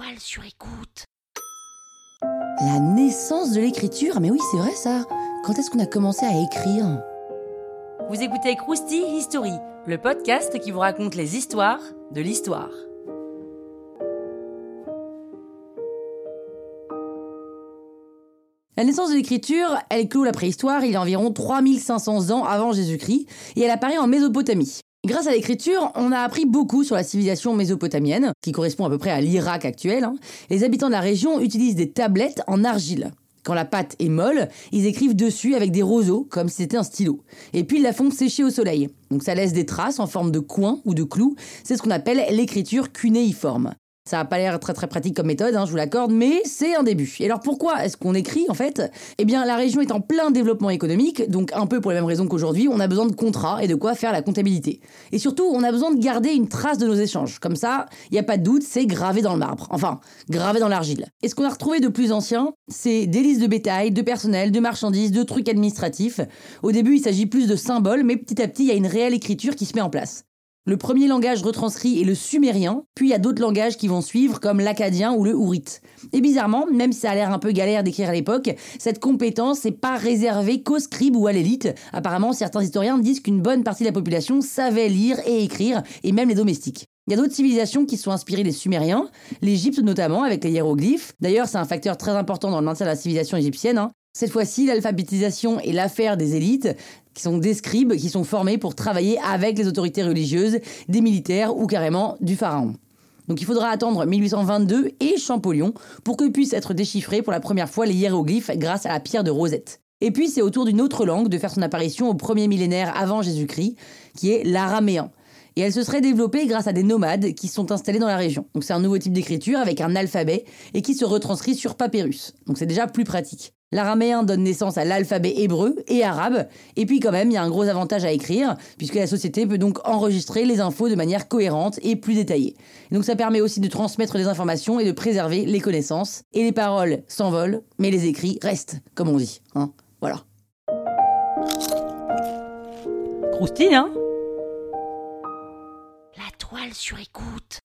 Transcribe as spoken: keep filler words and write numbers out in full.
toile sur écoute. La naissance de l'écriture, mais oui c'est vrai ça. Quand est-ce qu'on a commencé à écrire ? Vous écoutez Krusty History, le podcast qui vous raconte les histoires de l'histoire. La naissance de l'écriture, elle clôt la préhistoire, il y a environ trois mille cinq cents ans avant Jésus-Christ, et elle apparaît en Mésopotamie. Grâce à l'écriture, on a appris beaucoup sur la civilisation mésopotamienne, qui correspond à peu près à l'Irak actuel. Les habitants de la région utilisent des tablettes en argile. Quand la pâte est molle, ils écrivent dessus avec des roseaux, comme si c'était un stylo. Et puis ils la font sécher au soleil. Donc ça laisse des traces en forme de coins ou de clous. C'est ce qu'on appelle l'écriture cunéiforme. Ça n'a pas l'air très très pratique comme méthode, hein, je vous l'accorde, mais c'est un début. Et alors pourquoi est-ce qu'on écrit en fait ? Eh bien la région est en plein développement économique, donc un peu pour les mêmes raisons qu'aujourd'hui, on a besoin de contrats et de quoi faire la comptabilité. Et surtout, on a besoin de garder une trace de nos échanges. Comme ça, il n'y a pas de doute, c'est gravé dans le marbre. Enfin, gravé dans l'argile. Et ce qu'on a retrouvé de plus ancien, c'est des listes de bétail, de personnel, de marchandises, de trucs administratifs. Au début, il s'agit plus de symboles, mais petit à petit, il y a une réelle écriture qui se met en place. Le premier langage retranscrit est le sumérien, puis il y a d'autres langages qui vont suivre comme l'akkadien ou le hourite. Et bizarrement, même si ça a l'air un peu galère d'écrire à l'époque, cette compétence n'est pas réservée qu'aux scribes ou à l'élite. Apparemment, certains historiens disent qu'une bonne partie de la population savait lire et écrire, et même les domestiques. Il y a d'autres civilisations qui sont inspirées des Sumériens, l'Égypte notamment avec les hiéroglyphes. D'ailleurs, c'est un facteur très important dans le maintien de la civilisation égyptienne, hein. Cette fois-ci, l'alphabétisation est l'affaire des élites, qui sont des scribes, qui sont formés pour travailler avec les autorités religieuses, des militaires ou carrément du pharaon. Donc il faudra attendre mille huit cent vingt-deux et Champollion pour que puissent être déchiffrés pour la première fois les hiéroglyphes grâce à la pierre de Rosette. Et puis c'est au tour d'une autre langue de faire son apparition au premier millénaire avant Jésus-Christ, qui est l'araméen. Et elle se serait développée grâce à des nomades qui sont installés dans la région. Donc c'est un nouveau type d'écriture avec un alphabet et qui se retranscrit sur papyrus. Donc c'est déjà plus pratique. L'araméen donne naissance à l'alphabet hébreu et arabe. Et puis quand même, il y a un gros avantage à écrire, puisque la société peut donc enregistrer les infos de manière cohérente et plus détaillée. Et donc ça permet aussi de transmettre les informations et de préserver les connaissances. Et les paroles s'envolent, mais les écrits restent, comme on dit. Hein, voilà. Krusty, hein ? La toile sur écoute.